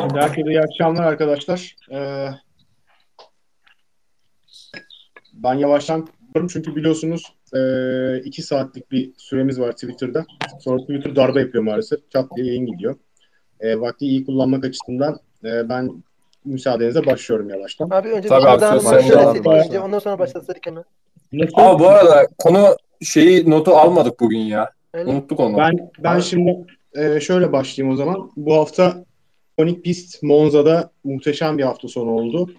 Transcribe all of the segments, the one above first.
Herkese iyi akşamlar arkadaşlar. Ben yavaştan gidiyorum çünkü biliyorsunuz 2 saatlik bir süremiz var Twitter'da. Sonra Twitter darbe yapıyor maalesef. Çat diye yayın gidiyor. Vakti iyi kullanmak açısından ben müsaadenizle başlıyorum yavaştan. Abi önce bir Tabii abi, söz ilanımızı sende abi, söyleseydik başla. önce ondan sonra başlasaydık hemen. Nasıl? Ama bu arada konu notu almadık bugün ya. Öyle mi? Unuttuk onu. Ben şimdi şöyle başlayayım o zaman. Bu hafta Konik Pist Monza'da muhteşem bir hafta sonu oldu.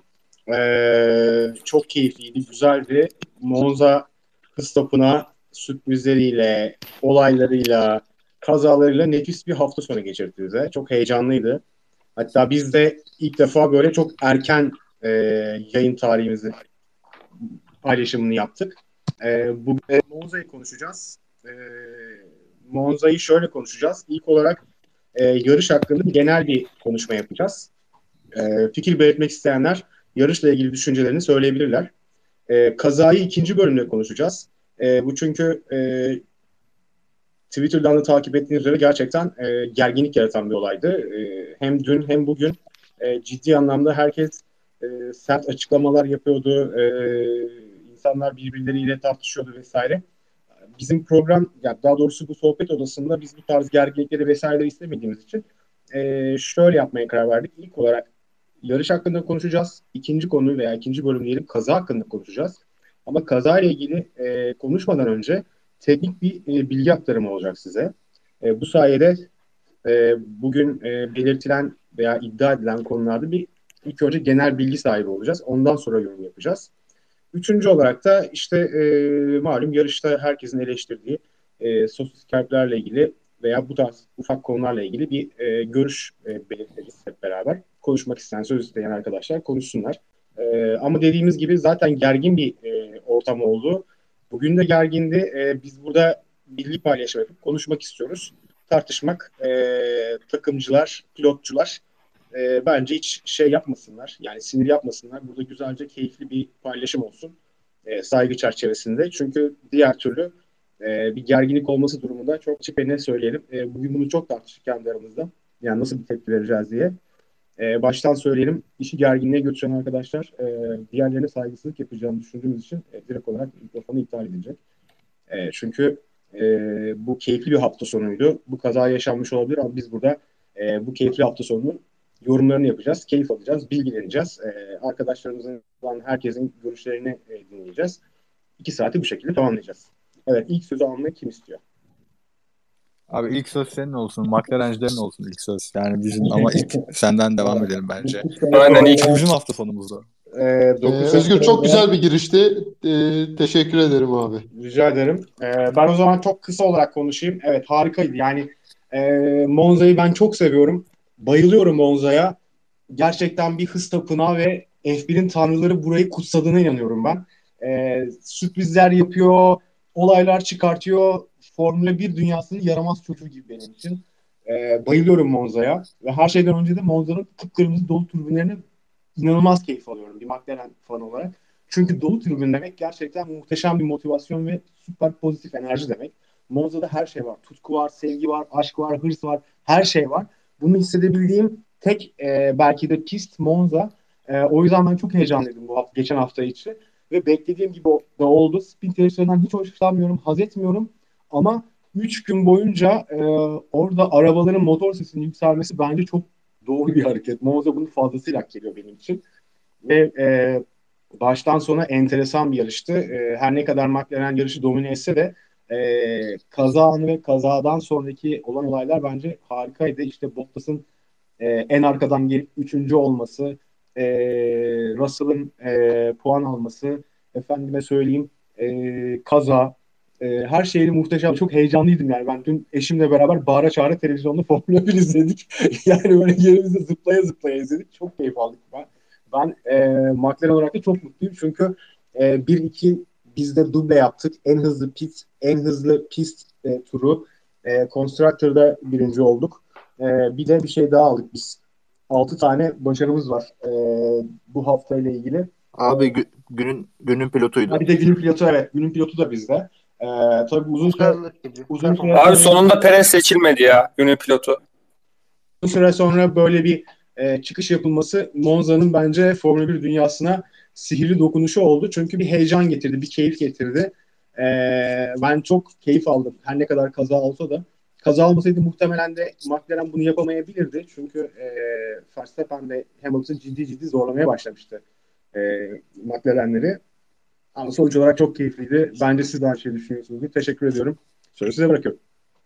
Çok keyifliydi, güzeldi. Monza hız topuna sürprizleriyle, olaylarıyla, kazalarıyla nefis bir hafta sonu geçirdi bize. Çok heyecanlıydı. Hatta biz de ilk defa böyle çok erken yayın tarihimizi paylaşımını yaptık. Bugün Monza'yı konuşacağız. Monza'yı şöyle konuşacağız. İlk olarak yarış hakkında genel bir konuşma yapacağız. Fikir belirtmek isteyenler yarışla ilgili düşüncelerini söyleyebilirler. Kazayı ikinci bölümde konuşacağız. Bu çünkü Twitter'dan da takip ettiğiniz üzere gerçekten gerginlik yaratan bir olaydı. Hem dün hem bugün ciddi anlamda herkes sert açıklamalar yapıyordu. İnsanlar birbirleriyle tartışıyordu vesaire. Bizim program, yani daha doğrusu bu sohbet odasında biz bu tarz gerginlikleri vesaire istemediğimiz için şöyle yapmaya karar verdik. İlk olarak yarış hakkında konuşacağız. İkinci konu veya ikinci bölüm diyelim kaza hakkında konuşacağız. Ama kaza ile ilgili konuşmadan önce teknik bir bilgi aktarımı olacak size. Bu sayede bugün belirtilen veya iddia edilen konularda ilk önce genel bilgi sahibi olacağız. Ondan sonra yorum yapacağız. Üçüncü olarak da işte malum yarışta herkesin eleştirdiği sosis kerplerle ilgili veya bu tarz ufak konularla ilgili bir görüş belirteceğiz hep beraber. Konuşmak isteyen, söz isteyen arkadaşlar konuşsunlar. Ama dediğimiz gibi zaten gergin bir ortam oldu. Bugün de gergindi. Biz burada bilgi paylaşımı yapıp konuşmak istiyoruz. Tartışmak, takımcılar, pilotçular bence hiç şey yapmasınlar. Yani sinir yapmasınlar. Burada güzelce keyifli bir paylaşım olsun. Saygı çerçevesinde. Çünkü diğer türlü bir gerginlik olması durumunda çok açık ve net söyleyelim. Bugün bunu çok tartıştık kendi aramızda. Yani nasıl bir tepki vereceğiz diye. Baştan söyleyelim. İşi gerginliğe götüren arkadaşlar diğerlerine saygısızlık yapacağını düşündüğümüz için direkt olarak mikrofonu iptal edilecek. Çünkü bu keyifli bir hafta sonuydu. Bu kaza yaşanmış olabilir ama biz burada bu keyifli hafta sonunun yorumlarını yapacağız. Keyif alacağız, bilgileneceğiz. Arkadaşlarımızın, herkesin görüşlerini dinleyeceğiz. 2 saati bu şekilde tamamlayacağız. Evet, ilk sözü almayı kim istiyor? Abi ilk söz senin olsun. McLaren'cilerin olsun ilk söz. Yani bizim ama ilk senden devam edelim bence. Aynen, ilk Çünkü bizim hafta sonumuzda. Özgür çok güzel bir girişti. Teşekkür ederim abi. Rica ederim. Ben o zaman çok kısa olarak konuşayım. Evet, harikaydı. Yani Monza'yı ben çok seviyorum. Bayılıyorum Monza'ya. Gerçekten bir hız tapınağı ve F1'in tanrıları burayı kutsadığına inanıyorum ben. Sürprizler yapıyor, olaylar çıkartıyor. Formula 1 dünyasının yaramaz çocuğu gibi benim için. Bayılıyorum Monza'ya. Ve her şeyden önce de Monza'nın kıpkırmızı dolu tribünlerine inanılmaz keyif alıyorum bir McLaren fanı olarak. Çünkü dolu tribün demek gerçekten muhteşem bir motivasyon ve süper pozitif enerji demek. Monza'da her şey var. Tutku var, sevgi var, aşk var, hırs var. Her şey var. Bunu hissedebildiğim tek belki de pist Monza. O yüzden ben çok heyecanlıydım bu hafta, geçen hafta için. Ve beklediğim gibi da oldu. Sprint yarışlarından hiç hoşlanmıyorum, haz etmiyorum. Ama 3 gün boyunca orada arabaların motor sesinin yükselmesi bence çok doğru bir hareket. Monza bunu fazlasıyla hak ediyor benim için. Ve baştan sona enteresan bir yarıştı. Her ne kadar McLaren yarışı domine etse de kaza anı ve kazadan sonraki olan olaylar bence harikaydı. İşte Bottas'ın en arkadan gelip 3. olması, Russell'ın puan alması, efendime söyleyeyim kaza, her şeyle muhteşem. Çok heyecanlıydım yani. Ben dün eşimle beraber bağıra çağıra televizyonda Formula 1 izledik. Yani böyle yerimizde zıplaya zıplaya izledik. Çok keyif aldık. Ben McLaren olarak da çok mutluyum. Çünkü 1-2 biz de duble yaptık. En hızlı pist turu. Constructor'da birinci olduk. Bir de bir şey daha aldık biz. 6 tane başarımız var bu haftayla ilgili. Abi günün pilotuydu. Bir de günün pilotu, evet. Günün pilotu da bizde. Tabii uzun süre Abi sonunda Perez seçilmedi ya, günün pilotu. sonra böyle bir çıkış yapılması Monza'nın bence Formula 1 dünyasına sihirli dokunuşu oldu. Çünkü bir heyecan getirdi, bir keyif getirdi. Ben çok keyif aldım. Her ne kadar kaza olsa da. Kaza olmasaydı muhtemelen de McLaren bunu yapamayabilirdi. Çünkü Verstappen ve Hamilton ciddi ciddi zorlamaya başlamıştı McLaren'leri. Ama sonuç olarak çok keyifliydi. Bence siz de aynı şeyi düşünüyorsunuz. Teşekkür ediyorum. Sözü size bırakıyorum.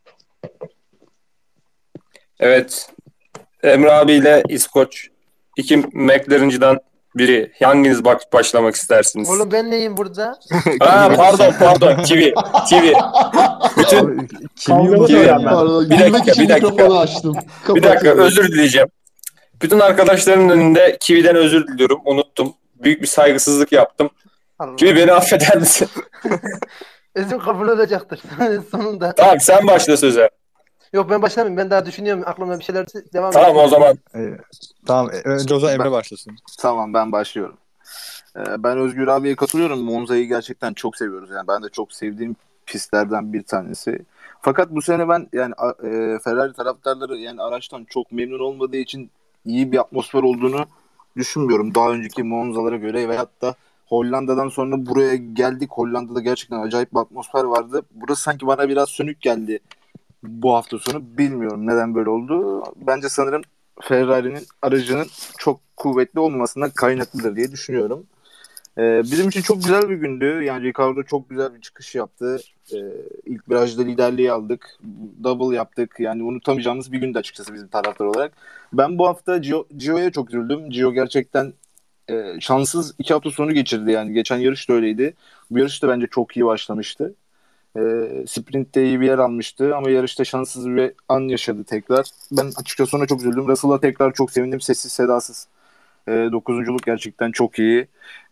Evet. Emre abiyle İskoç. İki McLaren'cıdan biri. Hanginiz başlamak istersiniz? Oğlum ben neyim burada? Pardon. Kivi. Bütün Abi, Kavgalı Kivi- söylenmez. Pardon, Bir gülmek dakika, için bir dakika. mikrofonu açtım. bir dakika Kapatıyorum. özür dileyeceğim. Bütün arkadaşlarımın önünde Kivi'den özür diliyorum. Unuttum. Büyük bir saygısızlık yaptım. Allah. Kivi beni affeder misin? Özüm kabul olacaktır sonunda. Tamam sen başla söze. Yok ben başlamayayım. Ben daha düşünüyorum. Aklımda bir şeyler devam Tamam ediyor. o zaman. Tamam. Önce o zaman Emre başlasın. Tamam ben başlıyorum. Ben Özgür abiye katılıyorum. Monza'yı gerçekten çok seviyoruz. Yani ben de çok sevdiğim pistlerden bir tanesi. Fakat bu sene ben yani Ferrari taraftarları yani araçtan çok memnun olmadığı için iyi bir atmosfer olduğunu düşünmüyorum. Daha önceki Monza'lara göre ve hatta Hollanda'dan sonra buraya geldik. Hollanda'da gerçekten acayip bir atmosfer vardı. Burası sanki bana biraz sönük geldi bu hafta sonu. Bilmiyorum neden böyle oldu. Bence sanırım Ferrari'nin aracının çok kuvvetli olmamasından kaynaklıdır diye düşünüyorum. Bizim için çok güzel bir gündü. Yani Ricardo çok güzel bir çıkış yaptı. İlk virajda liderliği aldık. Double yaptık. Yani unutamayacağımız bir gündü açıkçası bizim taraftar olarak. Ben bu hafta Gio'ya çok üzüldüm. Gio gerçekten şanssız 2 hafta sonu geçirdi. Yani geçen yarış da öyleydi. Bu yarış da bence çok iyi başlamıştı. Sprint'te iyi bir yer almıştı ama yarışta şanssız bir an yaşadı tekrar. Ben açıkçası ona çok üzüldüm. Russell'a tekrar çok sevindim. Sessiz sedasız. 9'unculuk gerçekten çok iyi.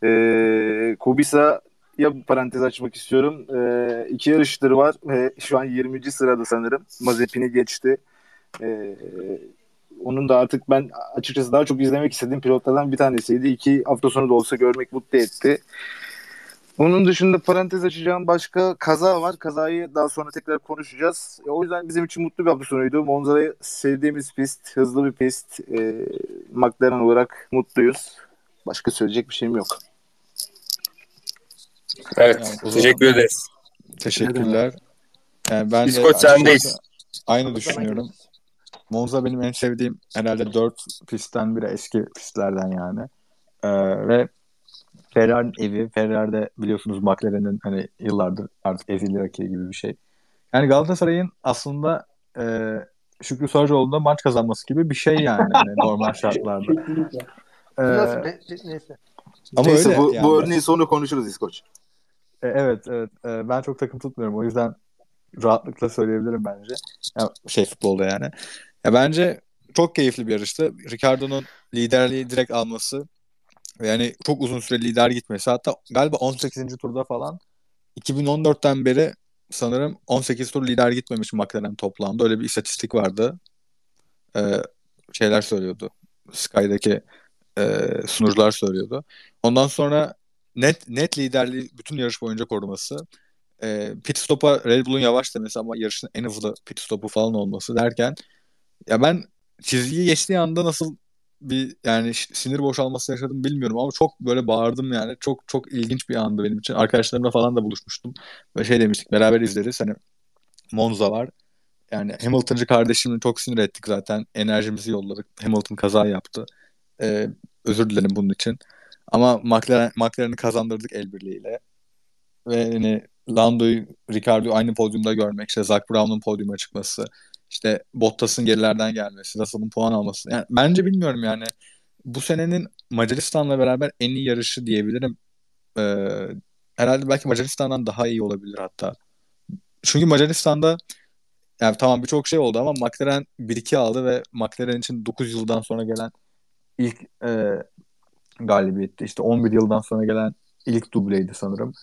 Kubica'ya parantez açmak istiyorum. 2 yarıştır var ve şu an 20. sırada sanırım. Mazepin'i geçti. Onun da artık ben açıkçası daha çok izlemek istediğim pilotlardan bir tanesiydi. 2 hafta sonu da olsa görmek mutlu etti. Onun dışında parantez açacağım başka kaza var. Kazayı daha sonra tekrar konuşacağız. O yüzden bizim için mutlu bir hafta sonuydu. Monza'yı sevdiğimiz pist, hızlı bir pist. McLaren olarak mutluyuz. Başka söyleyecek bir şeyim yok. Evet. Yani o zaman- Teşekkür ederiz. Teşekkürler. Yani ben de İskoç açıkçası sendeyiz. aynı düşünüyorum. Monza benim en sevdiğim herhalde 4 pistten biri, eski pistlerden yani. Ve Ferrari'nin evi. Ferrari'de biliyorsunuz McLaren'in hani yıllardır artık ezeli rakibi gibi bir şey. Yani Galatasaray'ın aslında Şükrü Saracoğlu'nda maç kazanması gibi bir şey yani hani normal şartlarda. Nasıl? Neyse. Ama Neyse öyle bu yani. örneği sonra konuşuruz İskoç. Evet. Ben çok takım tutmuyorum. O yüzden rahatlıkla söyleyebilirim bence. Ya, futbolda yani. Ya bence çok keyifli bir yarıştı. Ricardo'nun liderliği direkt alması ve yani çok uzun süre lider gitmesi. Hatta galiba 18. turda falan 2014'ten beri sanırım 18 tur lider gitmemiş McLaren toplamda. Öyle bir istatistik vardı. Şeyler söylüyordu. Sky'daki sunucular söylüyordu. Ondan sonra net liderliği bütün yarış boyunca koruması. Pit stop'a Red Bull'un yavaş demesi ama yarışın en hızlı pit stop'u falan olması derken ya ben çizgiyi geçtiği anda nasıl bir yani sinir boşalması yaşadım bilmiyorum ama çok böyle bağırdım yani. Çok çok ilginç bir andı benim için. Arkadaşlarımla falan da buluşmuştum ve şey demiştik, beraber izleriz. Hani Monza var. Yani Hamilton'cı kardeşimi çok sinir ettik zaten. Enerjimizi yolladık. Hamilton kaza yaptı. Ee, Özür dilerim bunun için. Ama McLaren'i kazandırdık el birliğiyle. Ve hani Lando'yu, Ricciardo'yu aynı podyumda görmek, işte Zak Brown'un podyuma çıkması, işte Bottas'ın gerilerden gelmesi, Russell'ın puan alması. Yani bence bilmiyorum yani bu senenin Macaristan'la beraber en iyi yarışı diyebilirim. Ee, Herhalde belki Macaristan'dan daha iyi olabilir hatta. Çünkü Macaristan'da yani tamam birçok şey oldu ama McLaren 1-2 aldı ve McLaren için 9 yıldan sonra gelen ilk galibiyetti. İşte 11 yıldan sonra gelen ilk dubleydi sanırım.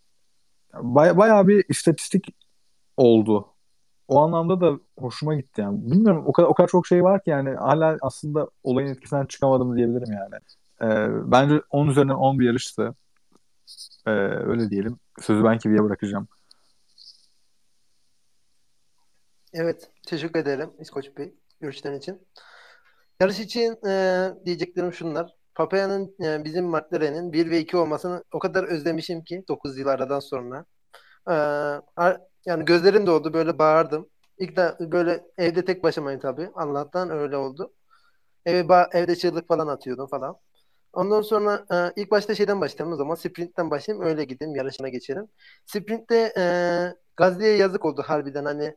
Bayağı bir istatistik oldu. O anlamda da hoşuma gitti yani. Bilmiyorum o kadar çok şey var ki yani hala aslında olayın etkisinden çıkamadım diyebilirim yani. Bence 10 üzerinden 10 bir yarıştı. Öyle diyelim. Sözü ben Kivi'ye bırakacağım. Evet. Teşekkür ederim İskoç Bey görüşlerin için. Yarış için diyeceklerim şunlar. Papaya'nın bizim McLaren'in 1 ve 2 olmasını o kadar özlemişim ki 9 yıl aradan sonra. E, yani gözlerim doldu, böyle bağırdım. İlk de böyle evde tek başımayım tabii. Allah'tan öyle oldu. Evde çığlık falan atıyordum falan. Ondan sonra ilk başta şeyden başlayalım o zaman. Sprint'ten başlayayım, öyle gideyim, yarışına geçelim. Sprint'te Gazli'ye yazık oldu harbiden, hani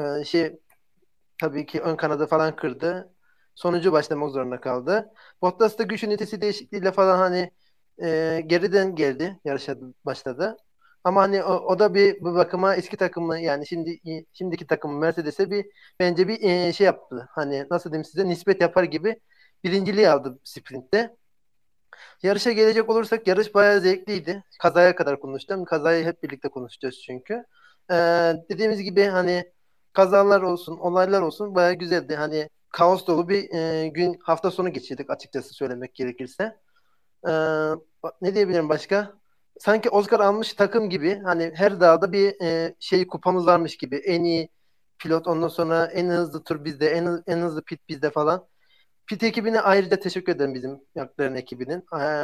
tabii ki ön kanadı falan kırdı. Sonuncu başlamak zorunda kaldı. Bottas da güç ünitesi değişikliğiyle falan hani geriden geldi. Yarışa başladı. Ama hani o da bir bakıma eski takımı, yani şimdiki takımı Mercedes'e bence bir şey yaptı. Hani nasıl diyeyim size, nispet yapar gibi birinciliği aldı sprintte. Yarışa gelecek olursak, yarış bayağı zevkliydi. Kazaya kadar konuştum. Kazayı hep birlikte konuşacağız çünkü. Dediğimiz gibi hani kazalar olsun, olaylar olsun bayağı güzeldi. Hani kaos dolu bir hafta sonu geçirdik, açıkçası söylemek gerekirse. Ee, ne diyebilirim başka? Sanki Oscar almış takım gibi, hani her dağda bir kupamız varmış gibi. En iyi pilot, ondan sonra en hızlı tur bizde, en hızlı pit bizde falan. Pit ekibine ayrıca teşekkür ederim, bizim McLaren ekibinin.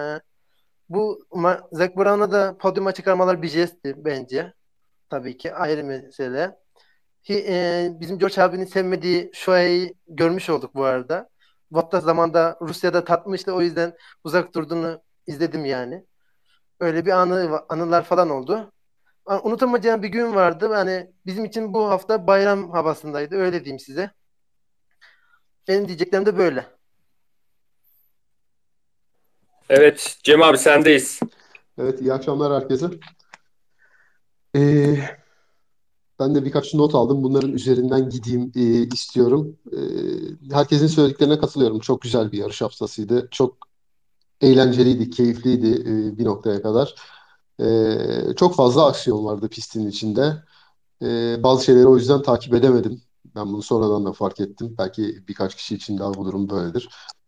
Zac Brown'a da podyuma çıkarmalar bir jestti bence. Tabii ki ayrı mesele. Bizim George abinin sevmediği Shoei'yi görmüş olduk bu arada. Bottas zamanda Rusya'da tatmıştı, o yüzden uzak durduğunu izledim yani. Öyle bir anılar falan oldu. Unutamayacağım bir gün vardı. Yani bizim için bu hafta bayram havasındaydı. Öyle diyeyim size. Benim diyeceklerim de böyle. Evet Cem abi sendeyiz. Evet, iyi akşamlar herkese. Ee, Ben de birkaç not aldım. Bunların üzerinden gideyim istiyorum. Herkesin söylediklerine katılıyorum. Çok güzel bir yarış haftasıydı. Çok eğlenceliydi, keyifliydi bir noktaya kadar. Çok fazla aksiyon vardı pistin içinde. Bazı şeyleri o yüzden takip edemedim. Ben bunu sonradan da fark ettim. Belki birkaç kişi için daha bu durum böyledir.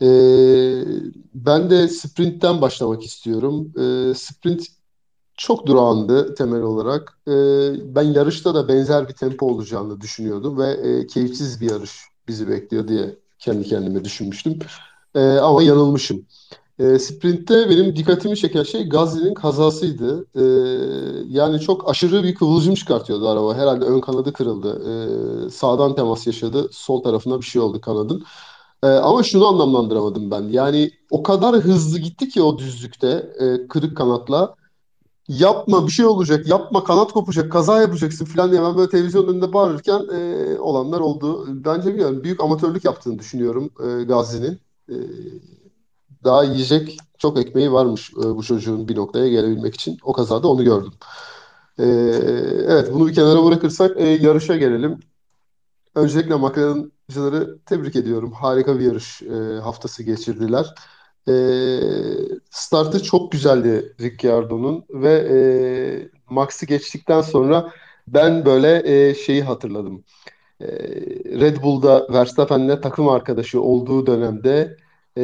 Ben de sprintten başlamak istiyorum. Sprint çok durağandı temel olarak. Ben yarışta da benzer bir tempo olacağını düşünüyordum ve keyifsiz bir yarış bizi bekliyor diye kendi kendime düşünmüştüm. Ama yanılmışım. Sprint'te benim dikkatimi çeken şey Gasly'nin kazasıydı. Yani çok aşırı bir kıvılcım çıkartıyordu araba. Herhalde ön kanadı kırıldı. Sağdan temas yaşadı. Sol tarafına bir şey oldu kanadın. Ama şunu anlamlandıramadım ben. Yani o kadar hızlı gitti ki o düzlükte kırık kanatla. Yapma, bir şey olacak, yapma, kanat kopacak, kaza yapacaksın falan diye ben böyle televizyonun önünde bağırırken olanlar oldu. Bence bilmiyorum, büyük amatörlük yaptığını düşünüyorum Gazi'nin. E, Daha yiyecek çok ekmeği varmış bu çocuğun bir noktaya gelebilmek için. O kazada onu gördüm. E, evet, bunu bir kenara bırakırsak yarışa gelelim. Öncelikle McLaren'cıları tebrik ediyorum. Harika bir yarış haftası geçirdiler. E, Startı çok güzeldi Ricciardo'nun ve Max'i geçtikten sonra ben böyle şeyi hatırladım. E, Red Bull'da Verstappen'le takım arkadaşı olduğu dönemde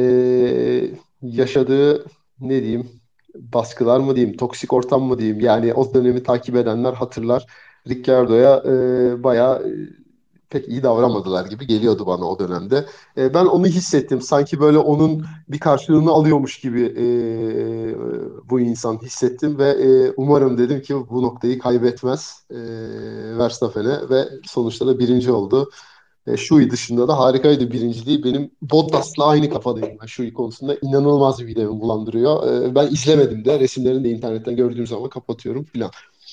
yaşadığı ne diyeyim, baskılar mı diyeyim, toksik ortam mı diyeyim, yani o dönemi takip edenler hatırlar. Ricciardo'ya bayağı pek iyi davranmadılar gibi geliyordu bana o dönemde. Ben onu hissettim. Sanki böyle onun bir karşılığını alıyormuş gibi bu insan hissettim ve umarım dedim ki bu noktayı kaybetmez Verstappen'e ve sonuçta da birinci oldu. Shui dışında da harikaydı birinciliği. Benim Bottas'la aynı kafadayım ben Shui konusunda. İnanılmaz bir videomu bulandırıyor. Ben izlemedim de, resimlerini de internetten gördüğüm zaman kapatıyorum filan.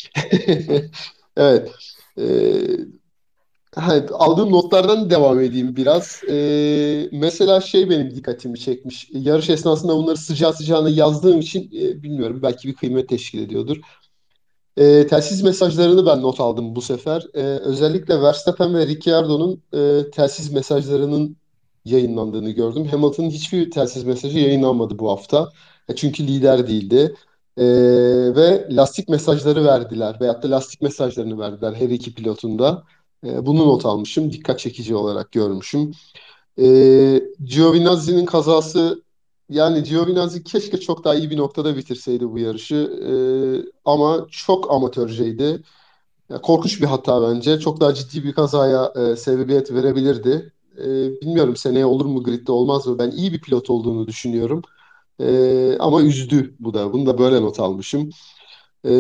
Evet. Ee, Evet, aldığım notlardan devam edeyim biraz. Mesela şey benim dikkatimi çekmiş. Yarış esnasında bunları sıcağı sıcağına yazdığım için bilmiyorum, belki bir kıymet teşkil ediyordur. Telsiz mesajlarını ben not aldım bu sefer. Özellikle Verstappen ve Ricciardo'nun telsiz mesajlarının yayınlandığını gördüm. Hamilton'ın hiçbir telsiz mesajı yayınlanmadı bu hafta. Çünkü lider değildi. E, Ve lastik mesajları verdiler. Veyahut da lastik mesajlarını verdiler her iki pilotun da. Bunu not almışım. Dikkat çekici olarak görmüşüm. Giovinazzi'nin kazası, yani Giovinazzi keşke çok daha iyi bir noktada bitirseydi bu yarışı. Ama çok amatörceydi. Ya, korkunç bir hata bence. Çok daha ciddi bir kazaya sebebiyet verebilirdi. Bilmiyorum seneye olur mu gridde olmaz mı? Ben iyi bir pilot olduğunu düşünüyorum. Ama üzdü bu da. Bunu da böyle not almışım. E,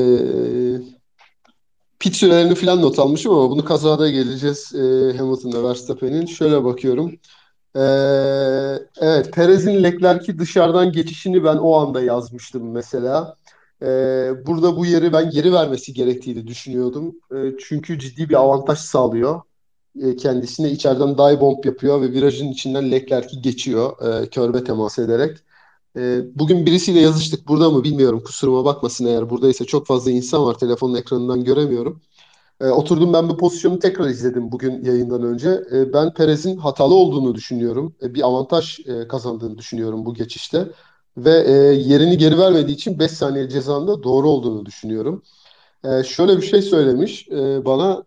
Pit sürelerini falan not almışım ama bunu kazada geleceğiz Hamilton'la Verstappen'in. Şöyle bakıyorum. Ee, evet, Perez'in Leclerc'i dışarıdan geçişini ben o anda yazmıştım mesela. Burada bu yeri ben geri vermesi gerektiğini düşünüyordum. Çünkü ciddi bir avantaj sağlıyor. Kendisine içeriden dive bomb yapıyor ve virajın içinden Leclerc'i geçiyor körbe temas ederek. Bugün birisiyle yazıştık. Burada mı bilmiyorum. Kusuruma bakmasın eğer buradaysa. Çok fazla insan var. Telefonun ekranından göremiyorum. Oturdum ben bu pozisyonu tekrar izledim bugün yayından önce. Ben Perez'in hatalı olduğunu düşünüyorum. Bir avantaj kazandığını düşünüyorum bu geçişte. Ve yerini geri vermediği için 5 saniye cezanın da doğru olduğunu düşünüyorum. Şöyle bir şey söylemiş bana.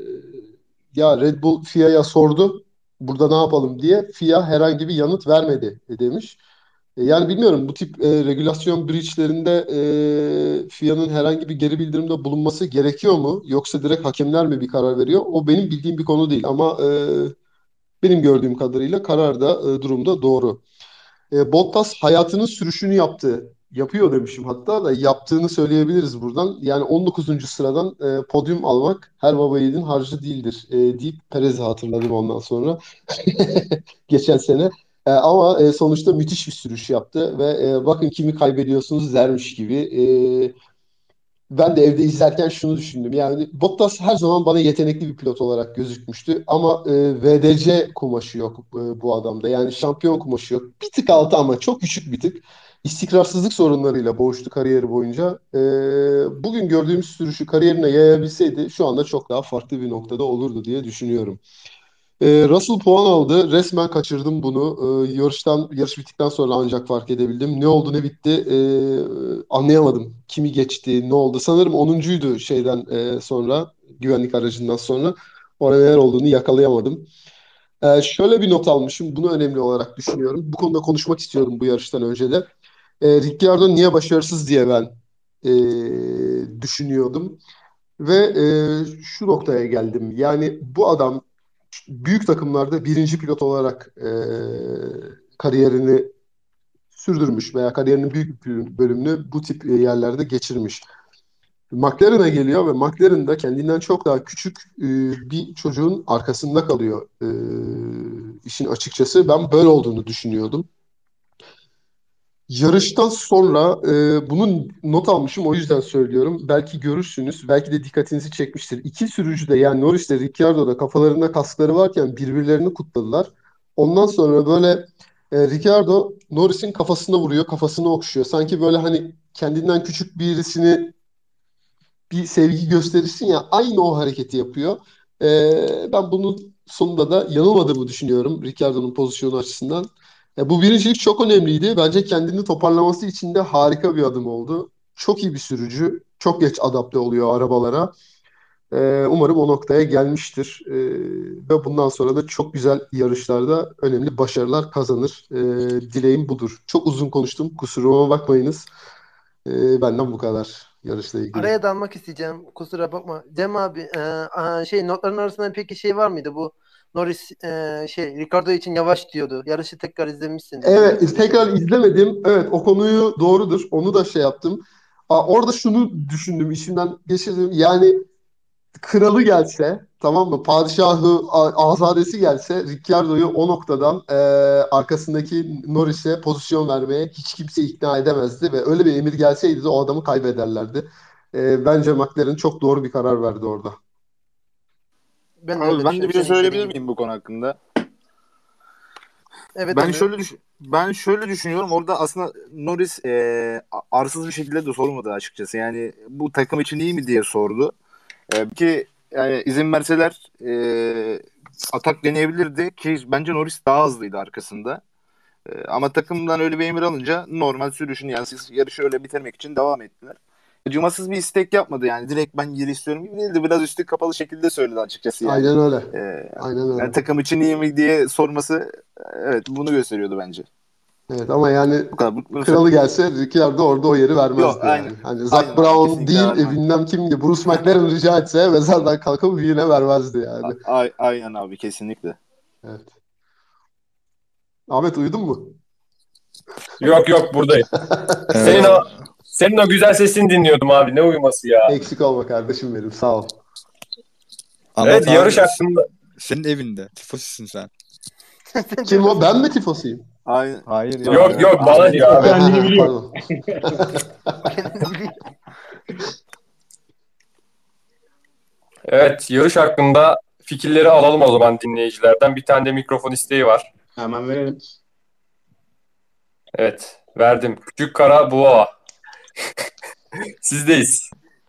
Ya Red Bull FIA'ya sordu. Burada ne yapalım diye. FIA herhangi bir yanıt vermedi demiş. Yani bilmiyorum bu tip regülasyon breachlerinde FIA'nın herhangi bir geri bildirimde bulunması gerekiyor mu? Yoksa direkt hakemler mi bir karar veriyor? O benim bildiğim bir konu değil ama benim gördüğüm kadarıyla karar da durumda doğru. Bottas hayatının sürüşünü yaptı. Yapıyor demişim hatta da yaptığını söyleyebiliriz buradan. Yani 19. sıradan podyum almak her baba yiğidin harcı değildir deyip Perez'i hatırladım ondan sonra. Geçen sene. Ama sonuçta müthiş bir sürüş yaptı ve bakın kimi kaybediyorsunuz dermiş gibi. Ben de evde izlerken şunu düşündüm. Yani Bottas her zaman bana yetenekli bir pilot olarak gözükmüştü. Ama VDC kumaşı yok bu adamda. Yani şampiyon kumaşı yok. Bir tık altı ama çok küçük bir tık. İstikrarsızlık sorunlarıyla boğuştu kariyeri boyunca. Bugün gördüğümüz sürüşü kariyerine yayabilseydi şu anda çok daha farklı bir noktada olurdu diye düşünüyorum. Russell puan aldı. Resmen kaçırdım bunu. Yarış bittikten sonra ancak fark edebildim. Ne oldu ne bitti anlayamadım. Kimi geçti ne oldu. Sanırım 10'uncuydu şeyden sonra güvenlik aracından sonra. Orada neler olduğunu yakalayamadım. Şöyle bir not almışım. Bunu önemli olarak düşünüyorum. Bu konuda konuşmak istiyorum bu yarıştan önce de. Ricciardo niye başarısız diye ben düşünüyordum. Ve şu noktaya geldim. Yani bu adam büyük takımlarda birinci pilot olarak kariyerini sürdürmüş veya kariyerinin büyük bir bölümünü bu tip yerlerde geçirmiş. McLaren'a geliyor ve McLaren da kendinden çok daha küçük bir çocuğun arkasında kalıyor. İşin açıkçası ben böyle olduğunu düşünüyordum. Yarıştan sonra bunun not almışım o yüzden söylüyorum. Belki görürsünüz, belki de dikkatinizi çekmiştir. İki sürücü de yani Norris de Ricciardo da kafalarında kaskları varken birbirlerini kutladılar. Ondan sonra böyle Ricciardo Norris'in kafasına vuruyor, kafasını okşuyor. Sanki böyle hani kendinden küçük birisini bir sevgi gösterirsin ya aynı o hareketi yapıyor. Ben bunun sonunda da yanılmadığımı düşünüyorum Ricciardo'nun pozisyonu açısından. Bu birincilik çok önemliydi. Bence kendini toparlaması için de harika bir adım oldu. Çok iyi bir sürücü. Çok geç adapte oluyor arabalara. Umarım o noktaya gelmiştir. Ve bundan sonra da çok güzel yarışlarda önemli başarılar kazanır. Dileğim budur. Çok uzun konuştum. Kusuruma bakmayınız. Benden bu kadar yarışla ilgili. Araya dalmak isteyeceğim. Kusura bakma. Cem abi notların arasında peki şey var mıydı bu Norris Ricardo için yavaş diyordu. Yarışı tekrar izlemişsin. Evet, tekrar izlemedim. Evet, o konuyu doğrudur. Onu da şey yaptım. Orada şunu düşündüm, içimden geçirdim. Yani kralı gelse, tamam mı? Padişahı, azadesi gelse Ricciardo'yu o noktadan arkasındaki Norris'e pozisyon vermeye hiç kimse ikna edemezdi ve öyle bir emir gelseydi de o adamı kaybederlerdi. Bence McLaren çok doğru bir karar verdi orada. Ben de Abi öyle ben de bir şey düşünüyorum. Senin söyleyebilir dediğin gibi. miyim bu konu hakkında? Evet Ben abi. şöyle düşünüyorum. Orada aslında Norris arsız bir şekilde de sormadı açıkçası. Yani bu takım için iyi mi diye sordu. Ki yani izin verseler atak deneyebilirdi ki bence Norris daha hızlıydı arkasında. Ama takımdan öyle bir emir alınca normal sürüşünü yani siz yarışı öyle bitirmek için devam ettiler. Cumasız bir istek yapmadı yani. Direkt ben geri istiyorum gibi değildi. Biraz üstü kapalı şekilde söyledi açıkçası yani. Aynen öyle. Ee, Aynen öyle. yani takım için iyi mi diye sorması evet bunu gösteriyordu bence. Evet ama yani Bu kadar. Bunu kralı söyleyeyim. gelse Ricciardo orada o yeri Yok vermezdi aynen. yani. Hani Aynen Zac abi Brown kesinlikle değil vermez. bilmem kimdi. Bruce McLaren rica etse mezardan kalkıp birine vermezdi yani. Aynen abi kesinlikle. Evet. Ahmet uyudun mu? Yok buradayım. Senin Ee, o senin o güzel sesini dinliyordum abi. Ne uyuması ya. Eksik olma kardeşim benim. Sağ ol. Anlat Evet, abi. yarış hakkında. Senin evinde. Tifosisin sen. Kim o? Ben mi tifosuyum? Aynen. Hayır ya. Yok bana Ahmet- diyor abi. Kendini biliyor. Pardon. Kendini biliyor. Evet, yarış hakkında fikirleri alalım o zaman dinleyicilerden. Bir tane de mikrofon isteği var. Hemen verelim. Evet, verdim. Küçük Kara Boğa. Sizdeyiz.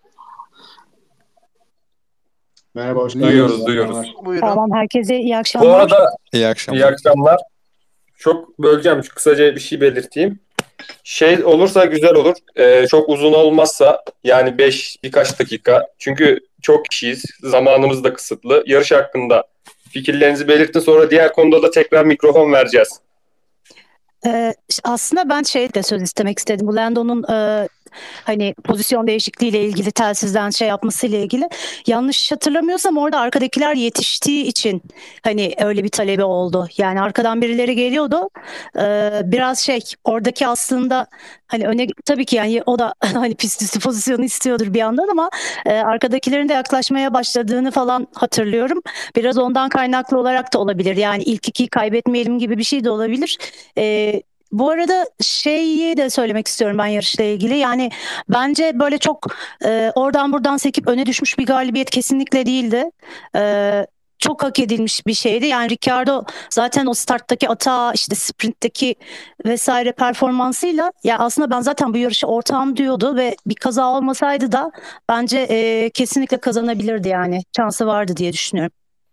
Merhaba, hoş Duyuyoruz, geldiniz. duyuyoruz. Selamlar. Buyurun. Tamam, herkese iyi Bu akşamlar. arada İyi iyi akşamlar. akşamlar. Çok böleceğim. Kısaca bir şey belirteyim. Şey olursa güzel olur. Çok uzun olmazsa yani birkaç dakika. Çünkü çok kişiyiz. Zamanımız da kısıtlı. Yarış hakkında fikirlerinizi belirtin. Sonra diğer konuda da tekrar mikrofon vereceğiz. Aslında ben de söz istemek istedim. Bu Lando'nun hani pozisyon değişikliğiyle ilgili telsizden yapmasıyla ilgili. Yanlış hatırlamıyorsam orada arkadakiler yetiştiği için hani öyle bir talebi oldu. Yani arkadan birileri geliyordu. Biraz oradaki aslında hani öne tabii ki yani o da hani pist üstü pozisyonu istiyordur bir yandan ama arkadakilerin de yaklaşmaya başladığını falan hatırlıyorum. Biraz ondan kaynaklı olarak da olabilir. Yani ilk ikiyi kaybetmeyelim gibi bir şey de olabilir. Bu arada şeyi de söylemek istiyorum ben yarışla ilgili. Yani bence böyle çok oradan buradan sekip öne düşmüş bir galibiyet kesinlikle değildi. Çok hak edilmiş bir şeydi. Yani Ricciardo zaten o starttaki atağı işte sprintteki vesaire performansıyla ya aslında ben zaten bu yarışı ortağım diyordu ve bir kaza olmasaydı da bence kesinlikle kazanabilirdi yani. Şansı vardı diye düşünüyorum.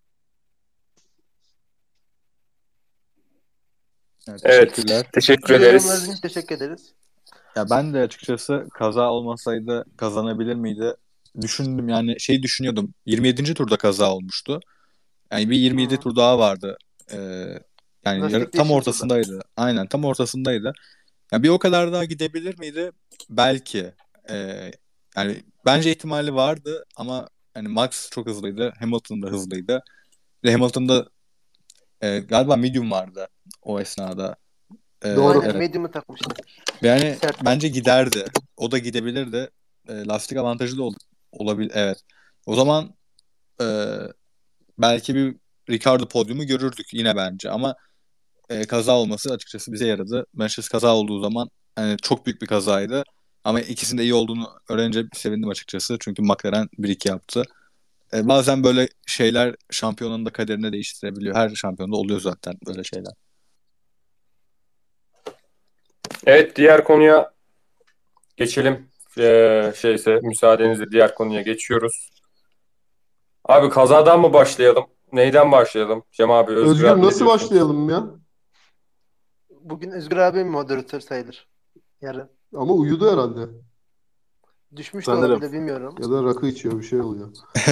Evet, Teşekkürler. teşekkür Güzel ederiz. yorumlarınız için teşekkür ederiz. Ya ben de açıkçası kaza olmasaydı kazanabilir miydi? Düşündüm yani düşünüyordum. 27. turda kaza olmuştu. Yani bir 27 Hı. tur daha vardı. Yani Lastik tam değişim turda. ortasındaydı. Aynen tam ortasındaydı. Ya bir o kadar daha gidebilir miydi? Belki. Yani bence ihtimali vardı ama hani Max çok hızlıydı. Hamilton da hızlıydı. Ve Hamilton'da galiba medium vardı o esnada. Doğru. Aynen Evet. medium'u takmıştı. Yani Sert. bence giderdi. O da gidebilirdi. Lastik avantajı da olabilir. Evet. O zaman belki bir Ricardo podyumu görürdük yine bence ama kaza olması açıkçası bize yaradı. Mercedes kaza olduğu zaman hani çok büyük bir kazaydı. Ama ikisinin de iyi olduğunu öğrenince sevindim açıkçası. Çünkü McLaren 1-2 yaptı. Bazen böyle şeyler şampiyonun da kaderini değiştirebiliyor. Her şampiyonda oluyor zaten böyle şeyler. Evet, diğer konuya geçelim. Müsaadenizle diğer konuya geçiyoruz. Abi kazadan mı başlayalım? Neyden başlayalım? Cem abi, Özgür Özgür abi ne nasıl diyorsunuz? başlayalım ya? Bugün Özgür abi moderatör sayılır. Yarın. Ama uyudu herhalde. Düşmüş de Sanırım. olabilir bilmiyorum. Ya da rakı içiyor, bir şey oluyor.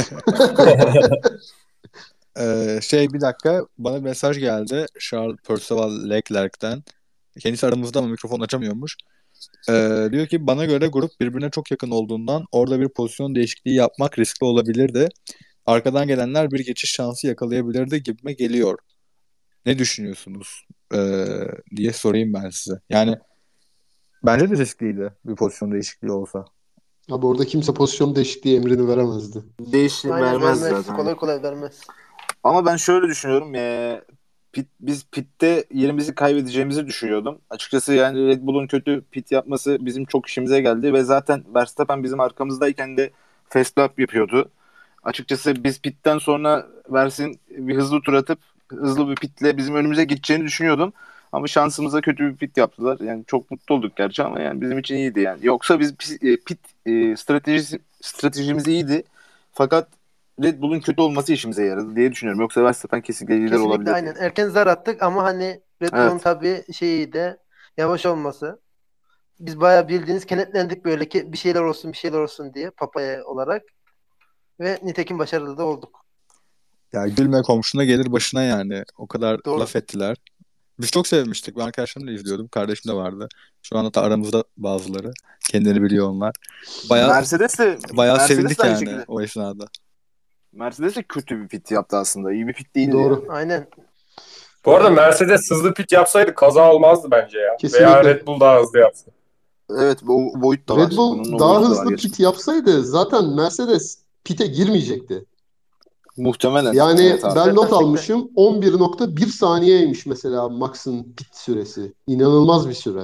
Bir dakika bana bir mesaj geldi Charles Percival Leclerc'ten. Kendisi aramızda ama mikrofon açamıyormuş. Diyor ki bana göre grup birbirine çok yakın olduğundan orada bir pozisyon değişikliği yapmak riskli olabilirdi. Arkadan gelenler bir geçiş şansı yakalayabilirdi gibime geliyor. Ne düşünüyorsunuz? Diye sorayım ben size. Yani bence de riskliydi bir pozisyon değişikliği olsa. Abi orada kimse pozisyon değişikliği emrini veremezdi. Değişim Aynen vermez vermez. zaten. Kolay kolay vermez. Ama ben şöyle düşünüyorum. Biz pitte yerimizi kaybedeceğimizi düşünüyordum. Açıkçası yani Red Bull'un kötü pit yapması bizim çok işimize geldi ve zaten Verstappen bizim arkamızdayken de fast lap yapıyordu. Açıkçası biz pitten sonra Versin bir hızlı tur atıp hızlı bir pitle bizim önümüze geçeceğini düşünüyordum. Ama şansımıza kötü bir pit yaptılar. Yani çok mutlu olduk gerçi ama yani bizim için iyiydi yani. Yoksa biz pit stratejimiz iyiydi. Fakat Red Bull'un kötü olması işimize yaradı diye düşünüyorum. Yoksa Verstappen kesinlikle lider Kesinlikle olabilir. aynen. Erken zar attık ama hani Red Bull'un Evet. tabii şeyi de yavaş olması. Biz bayağı bildiğiniz kenetlendik böyle ki bir şeyler olsun diye papaya olarak. Ve nitekim başarılı da olduk. Ya gülme komşuna gelir başına yani. O kadar Doğru. laf ettiler. Biz çok sevmiştik. Ben arkadaşlarımla izliyordum. Kardeşim de vardı. Şu anda da aramızda bazıları. Kendileri biliyor onlar. Mercedes de Sevindik aynı yani şekilde. o esnada. Mercedes de kötü bir pit yaptı aslında. İyi bir pit değildi Doğru. yani. Aynen. Bu arada Mercedes hızlı pit yapsaydı kaza olmazdı bence ya. Veya Kesinlikle. Red Bull daha hızlı yapsın. Evet, o boyut da var. Red Bull Bunun o daha boyutu da var hızlı pit gerçekten. yapsaydı zaten Mercedes pit'e girmeyecekti. Muhtemelen. Yani Evet abi. ben not Gerçekten. almışım. 11.1 saniyeymiş mesela Max'ın pit süresi. İnanılmaz bir süre.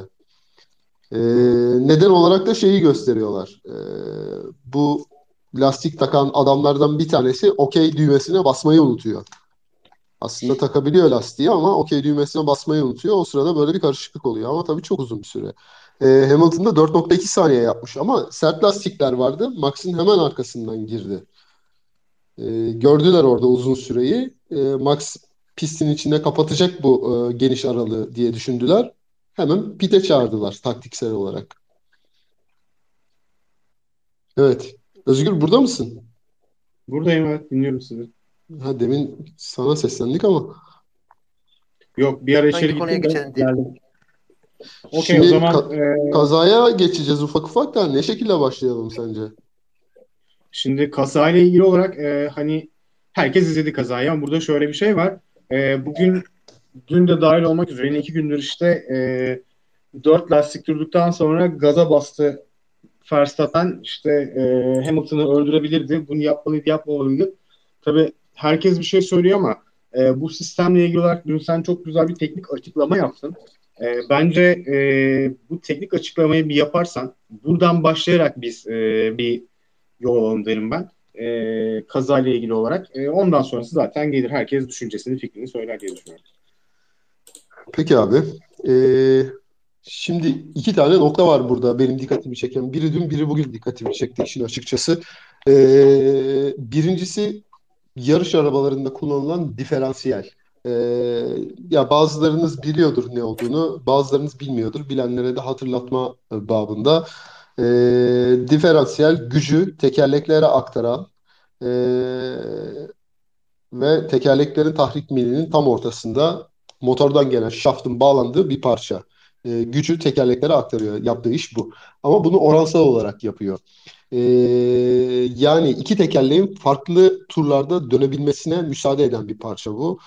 Neden olarak da şeyi gösteriyorlar. Bu lastik takan adamlardan bir tanesi okey düğmesine basmayı unutuyor. Aslında takabiliyor lastiği ama okey düğmesine basmayı unutuyor. O sırada böyle bir karışıklık oluyor ama tabii çok uzun bir süre. Hamilton'da 4.2 saniye yapmış ama sert lastikler vardı. Max'ın hemen arkasından girdi. Gördüler orada uzun süreyi. Max pistin içinde kapatacak bu geniş aralığı diye düşündüler. Hemen pite çağırdılar taktiksel olarak. Evet. Özgür burada mısın? Buradayım, evet, dinliyorum sizi. Ha, demin sana seslendik ama. Yok, bir ara içeri Hangi konuya gittim de geçelim diye. geldim. Okey, o Şimdi zaman kazaya geçeceğiz ufak ufak da ne şekilde başlayalım sence? şimdi kazayla ilgili olarak hani herkes izledi kazayı ama burada şöyle bir şey var. Bugün dün de dahil olmak üzere yine 2 gündür işte 4 lastik durduktan sonra gaza bastı Verstappen, işte Hamilton'ı öldürebilirdi. Bunu yapmalıydı, yapmamalıydı. Tabii herkes bir şey söylüyor ama bu sistemle ilgili olarak dün sen çok güzel bir teknik açıklama yaptın. Bence bu teknik açıklamayı bir yaparsan buradan başlayarak biz bir yol alalım derim ben. Kazayla ilgili olarak. Ondan sonrası zaten gelir. Herkes düşüncesini, fikrini söyler diye düşünüyorum. Peki abi. Şimdi iki tane nokta var burada benim dikkatimi çeken. Biri dün, biri bugün dikkatimi çekti işin açıkçası. Birincisi yarış arabalarında kullanılan diferansiyel. Ee, Ya bazılarınız biliyordur ne olduğunu, bazılarınız bilmiyordur. Bilenlere de hatırlatma babında. Diferansiyel gücü tekerleklere aktaran ee, ve tekerleklerin tahrik milinin tam ortasında motordan gelen şaftın bağlandığı bir parça. Gücü tekerleklere aktarıyor. Yaptığı iş bu. Ama bunu oransal olarak yapıyor. Ee, Yani iki tekerleğin farklı turlarda dönebilmesine müsaade eden bir parça bu.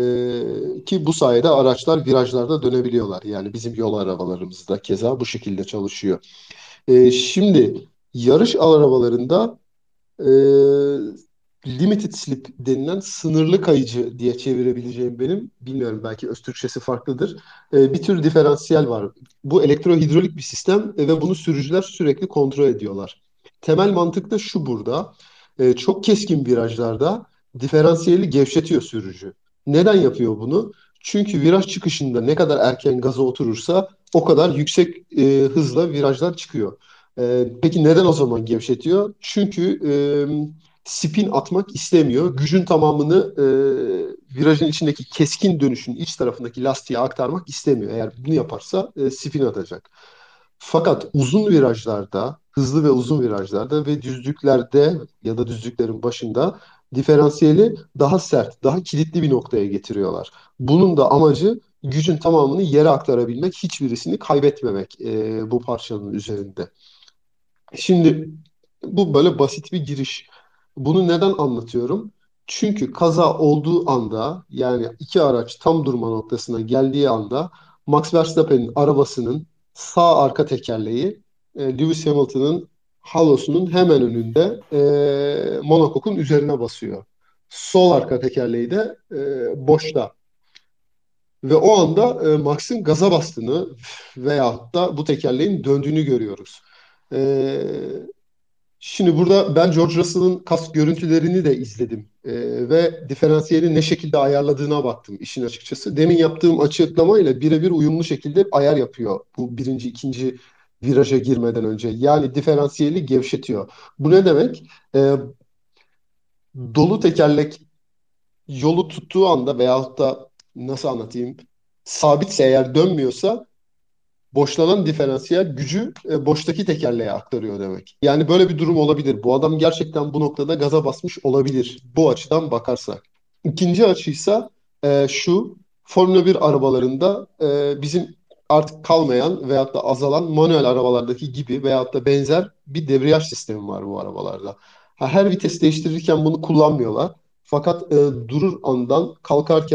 Ki bu sayede araçlar virajlarda dönebiliyorlar. Yani bizim yol arabalarımızda keza bu şekilde çalışıyor. Şimdi yarış arabalarında e, limited slip denilen sınırlı kayıcı diye çevirebileceğim benim, bilmiyorum belki öz Türkçesi farklıdır. Bir tür diferansiyel var. Bu elektrohidrolik bir sistem ve bunu sürücüler sürekli kontrol ediyorlar. Temel mantık da şu burada. Çok keskin virajlarda diferansiyeli gevşetiyor sürücü. Neden yapıyor bunu? Çünkü viraj çıkışında ne kadar erken gaza oturursa o kadar yüksek hızla virajlar çıkıyor. Peki neden o zaman gevşetiyor? Çünkü spin atmak istemiyor. Gücün tamamını virajın içindeki keskin dönüşün iç tarafındaki lastiğe aktarmak istemiyor. Eğer bunu yaparsa spin atacak. Fakat uzun virajlarda, hızlı ve uzun virajlarda ve düzlüklerde ya da düzlüklerin başında diferansiyeli daha sert, daha kilitli bir noktaya getiriyorlar. Bunun da amacı gücün tamamını yere aktarabilmek, hiçbirisini kaybetmemek bu parçanın üzerinde. Şimdi bu böyle basit bir giriş. Bunu neden anlatıyorum? Çünkü kaza olduğu anda, yani iki araç tam durma noktasına geldiği anda Max Verstappen'in arabasının sağ arka tekerleği Lewis Hamilton'ın halosunun hemen önünde monokokun üzerine basıyor. Sol arka tekerleği de boşta. Ve o anda Max'in gaza bastığını veyahut da bu tekerleğin döndüğünü görüyoruz. E, Şimdi burada ben George Russell'ın kask görüntülerini de izledim. Ve diferansiyeli ne şekilde ayarladığına baktım işin açıkçası. Demin yaptığım açıklamayla birebir uyumlu şekilde ayar yapıyor bu birinci, ikinci viraja girmeden önce. Yani diferansiyeli gevşetiyor. Bu ne demek? Dolu tekerlek yolu tuttuğu anda veyahut da nasıl anlatayım? Sabitse eğer dönmüyorsa boşlanan diferansiyel gücü boştaki tekerleğe aktarıyor demek. Yani böyle bir durum olabilir. Bu adam gerçekten bu noktada gaza basmış olabilir. Bu açıdan bakarsak. İkinci açıysa şu. Formula 1 arabalarında bizim artık kalmayan veyahut da azalan manuel arabalardaki gibi veyahut da benzer bir debriyaj sistemi var bu arabalarda. Her vites değiştirirken bunu kullanmıyorlar. Fakat durur andan kalkarken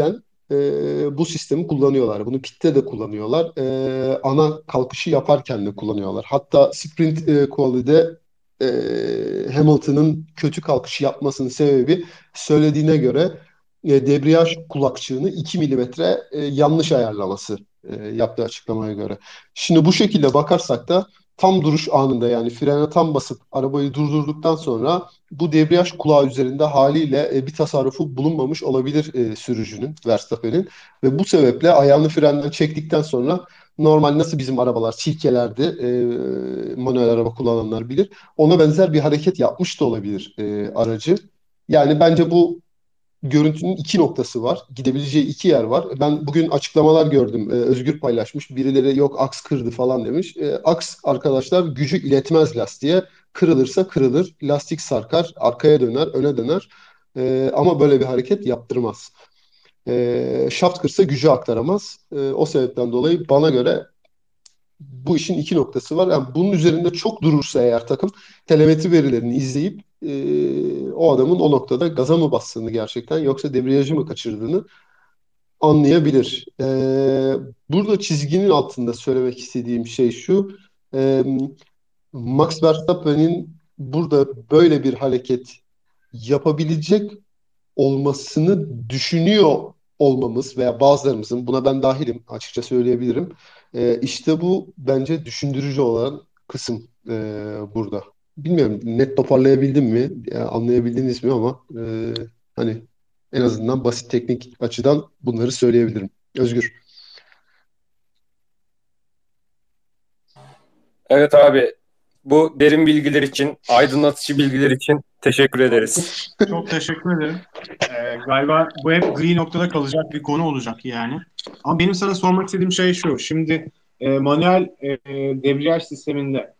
bu sistemi kullanıyorlar. Bunu pitte de kullanıyorlar. Ana kalkışı yaparken de kullanıyorlar. Hatta sprint quality'de Hamilton'ın kötü kalkışı yapmasının sebebi söylediğine göre debriyaj kulakçığını 2 milimetre yanlış ayarlaması yaptığı açıklamaya göre. Şimdi bu şekilde bakarsak da tam duruş anında yani frene tam basıp arabayı durdurduktan sonra bu debriyaj kulağı üzerinde haliyle bir tasarrufu bulunmamış olabilir sürücünün, Verstappen'in. Ve bu sebeple ayağını frenden çektikten sonra normal nasıl bizim arabalar silkelerdi, manuel araba kullananlar bilir. Ona benzer bir hareket yapmış da olabilir aracı. Yani bence bu görüntünün iki noktası var. Gidebileceği iki yer var. Ben bugün açıklamalar gördüm. Özgür paylaşmış. Birileri yok aks kırdı falan demiş. Aks arkadaşlar gücü iletmez lastiğe. Kırılırsa kırılır. Lastik sarkar. Arkaya döner, öne döner. Ama böyle bir hareket yaptırmaz. Şaft kırsa gücü aktaramaz. O sebepten dolayı bana göre bu işin iki noktası var. Yani bunun üzerinde çok durursa eğer takım telemetri verilerini izleyip o adamın o noktada gaza mı bastığını gerçekten yoksa debriyajı mı kaçırdığını anlayabilir. Burada çizginin altında söylemek istediğim şey şu. E, Max Verstappen'in burada böyle bir hareket yapabilecek olmasını düşünüyor olmamız veya bazılarımızın buna ben dahilim açıkça söyleyebilirim. İşte bu bence düşündürücü olan kısım burada. Bilmiyorum net toparlayabildim mi, anlayabildiniz mi ama hani en azından basit teknik açıdan bunları söyleyebilirim. Özgür. Evet abi, bu derin bilgiler için, aydınlatıcı bilgiler için teşekkür ederiz. Çok teşekkür ederim. Galiba bu hep gri noktada kalacak bir konu olacak yani. Ama benim sana sormak istediğim şey şu. Şimdi manuel debriyaj sisteminde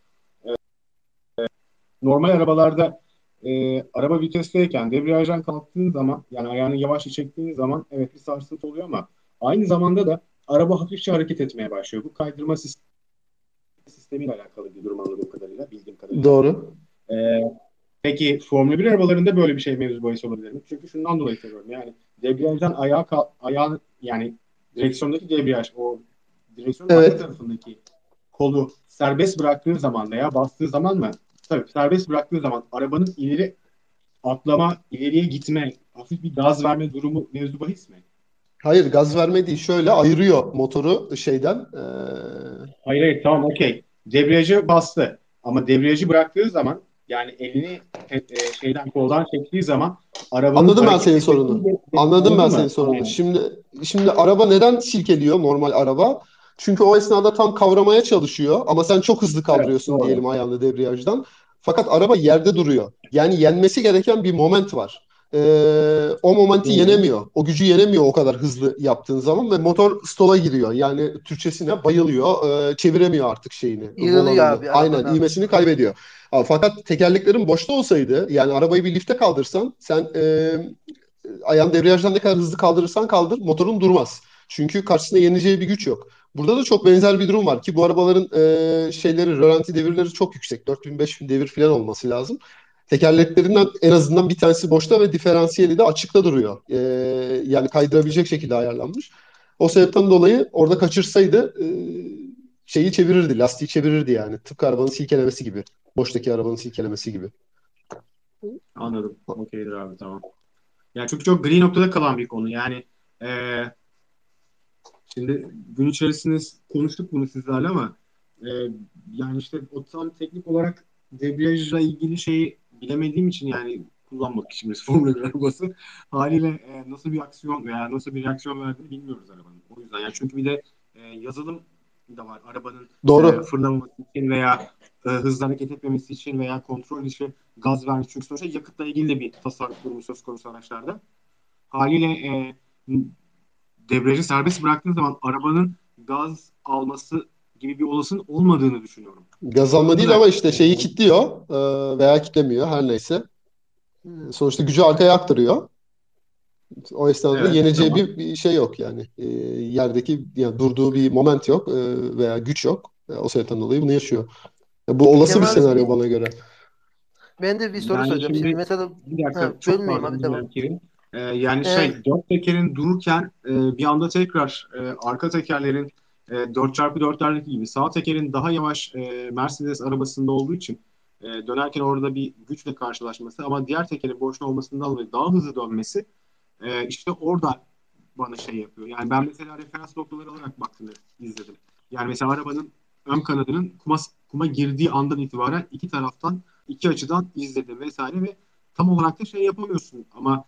normal arabalarda araba vitesteyken debriyajdan kalktığın zaman yani ayağını yavaşça çektiğin zaman evet bir sarsıntı oluyor ama aynı zamanda da araba hafifçe hareket etmeye başlıyor. Bu kaydırma sistemiyle alakalı bir durum anladığım kadarıyla, bildiğim kadarıyla. Doğru. E, Peki Formula 1 arabalarında böyle bir şey mevzu bahis olabilir mi? Çünkü şundan dolayı soruyorum. Yani debriyajdan ayağı yani direksiyondaki debriyaj o direksiyonun arka Evet. tarafındaki kolu serbest bıraktığı zaman veya bastığı zaman mı? Tabii serbest bıraktığı zaman arabanın ileri atlama, ileriye gitme, hafif bir gaz verme durumu mevzu bahis mi? Hayır gaz verme değil. Şöyle ayırıyor motoru şeyden. Hayır hayır tamam okey. Debriyajı bastı. Ama debriyajı bıraktığı zaman yani elini şeyden koldan çektiği zaman arabanın Anladım ben hareket senin etmesi sorunu. Anladım ben anladın senin mı? sorunu. Yani, Şimdi araba neden silkeliyor normal araba? Çünkü o esnada tam kavramaya çalışıyor ama sen çok hızlı evet kaldırıyorsun doğru. diyelim ayağını debriyajdan. Fakat araba yerde duruyor. Yani yenmesi gereken bir moment var. O momenti Doğru. yenemiyor. O gücü yenemiyor o kadar hızlı yaptığın zaman ve motor stola giriyor. Yani Türkçesine bayılıyor. Çeviremiyor artık şeyini, Yığılıyor volanını. abi Aynen arabadan. ivmesini kaybediyor. Fakat tekerleklerin boşta olsaydı yani arabayı bir lifte kaldırsan sen ayağını debriyajdan ne kadar hızlı kaldırırsan kaldır motorun durmaz. Çünkü karşısında yeneceği bir güç yok. Burada da çok benzer bir durum var ki bu arabaların şeyleri, rölanti devirleri çok yüksek. 4000-5000 devir falan olması lazım. Tekerleklerinden en azından bir tanesi boşta ve diferansiyeli de açıkta duruyor. Yani kaydırabilecek şekilde ayarlanmış. O sebepten dolayı orada kaçırsaydı şeyi çevirirdi, lastiği çevirirdi yani. Tıpkı arabanın silkelemesi gibi. Boştaki arabanın silkelemesi gibi. Anladım. Okeydir abi tamam. Yani çünkü çok gri noktada kalan bir konu. Yani e, şimdi gün içerisinde konuştuk bunu sizlerle ama e, yani işte o tam teknik olarak debriyajla ilgili şeyi bilemediğim için yani kullanmak için bir Formula 1 arabası haliyle nasıl bir aksiyon veya nasıl bir reaksiyon verdiğini bilmiyoruz arabanın. O yüzden yani çünkü bir de yazılım da var arabanın Doğru. fırlamaması için veya hızlı hareket etmemesi için veya kontrol dışı gaz vermesi. Çünkü sonuçta yakıtla ilgili de bir tasarruf durumu söz konusu araçlarda. Haliyle debriyajı serbest bıraktığın zaman arabanın gaz alması gibi bir olasılığın olmadığını düşünüyorum. Gaz alma Burada değil da ama işte şeyi kilitliyor veya kilitlemiyor her neyse. Sonuçta gücü arkaya aktarıyor. O esnada da evet yeneceği tamam. bir şey yok yani. Yerdeki yani durduğu bir moment yok veya güç yok. O sebepten dolayı bunu yaşıyor. Bu olası bir Kemal, senaryo bana göre. ben de bir soru Yani soracağım. Şimdi şimdi mesela bir dakika çok bölmeyeyim pardon abi bir devam. dakika. Yani Evet. dört tekerin dururken bir anda tekrar arka tekerlerin 4x4'lerdeki gibi sağ tekerin daha yavaş Mercedes arabasında olduğu için dönerken orada bir güçle karşılaşması ama diğer tekerin boşta olmasından dolayı daha hızlı dönmesi işte orada bana yapıyor. Yani ben mesela referans noktaları alarak baktım, izledim. Yani mesela arabanın ön kanadının kuma girdiği andan itibaren iki taraftan, iki açıdan izledim vesaire ve tam olarak da yapamıyorsun. Ama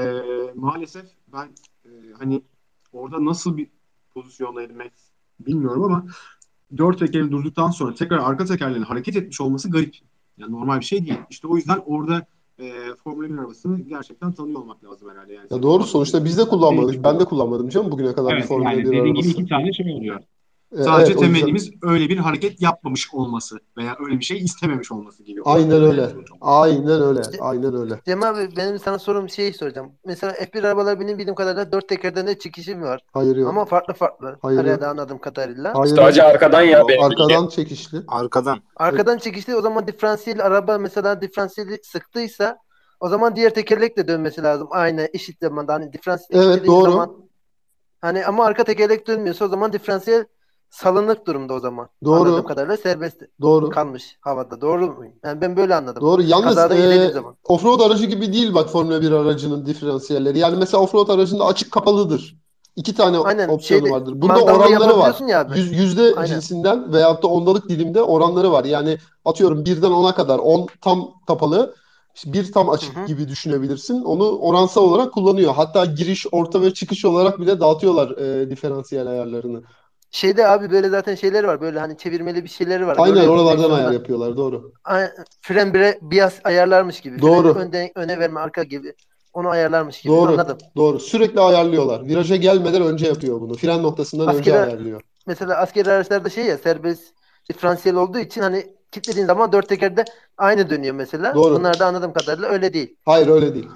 maalesef ben hani orada nasıl bir pozisyondaydım bilmiyorum ama dört tekerin durduktan sonra tekrar arka tekerlerin hareket etmiş olması garip. Yani normal bir şey değil. İşte o yüzden orada Formula 1 arabasını gerçekten tanıyor olmak lazım herhalde. Yani Ya senin doğru, bahsettiğin sonuçta biz de kullanmadık. Ben değişikliği. de kullanmadım canım bugüne kadar bir Evet, Formula yani 1 dediğin gibi arabası. iki tane oluyor. Evet, Sadece o yüzden temennimiz öyle bir hareket yapmamış olması veya öyle bir şey istememiş olması gibi aynen olabilir yani öyle. sonuç olarak. Aynen öyle. Ce- Aynen öyle. Cem abi benim sana sorum soracağım. Mesela F1 arabalar benim bildiğim kadarıyla dört tekerden de çekişim var. Hayır Ama yok. farklı farklı. Hayır Kariyerde yok. anladığım kadarıyla. Hayır Sadece yok. arkadan ya Yok. benim bildiğim. Arkadan çekişli. Arkadan. Arkadan çekişti o zaman diferansiyel araba mesela diferansiyeli sıktıysa o zaman diğer tekerlek de dönmesi lazım. Aynı eşit zamanda. Hani diferansiyel Evet, kilitlediğin zaman doğru. hani ama arka tekerlek dönmüyorsa o zaman diferansiyel salınık durumda o zaman. Anladığım Doğru. kadarıyla serbest Doğru. kalmış havada. Doğru mu? Yani ben böyle anladım. Doğru. Yalnız Kazada izlediğim zaman. offroad aracı gibi değil bak Formula 1 aracının diferansiyelleri. Yani mesela offroad aracında açık kapalıdır. İki tane Aynen opsiyonu vardır. Bunda mangallı oranları var. yapabiliyorsun ya abi. Yüzde Aynen. cinsinden veyahut da ondalık dilimde oranları var. Yani atıyorum birden 10'a kadar 10 tam kapalı, işte bir tam Hı açık hı. gibi düşünebilirsin. Onu oransal olarak kullanıyor. Hatta giriş, orta ve çıkış olarak bile dağıtıyorlar diferansiyel ayarlarını. Şeyde abi böyle zaten şeyler var. Böyle hani çevirmeli bir şeyleri var. Aynen Görüyorum oralardan ayar direksiyonda. yapıyorlar. Doğru. Fren bias ayarlarmış gibi. Freni Doğru. öne verme arka gibi. Onu ayarlarmış gibi. Doğru. Anladım. Doğru. Sürekli ayarlıyorlar. Viraja gelmeden önce yapıyor bunu. Fren noktasından önce Askeri ayarlıyor. mesela askeri araçlarda ya serbest diferansiyel olduğu için hani kilitlediğin zaman dört tekerde aynı dönüyor mesela. Doğru. Bunlarda anladığım kadarıyla öyle değil. Hayır, öyle değil.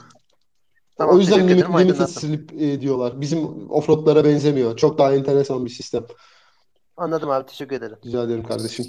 O Tamam yüzden teşekkür ederim limited aydınlattın. slip diyorlar. Bizim offroadlara benzemiyor. Çok daha enteresan bir sistem. Anladım abi teşekkür ederim. Rica ederim kardeşim.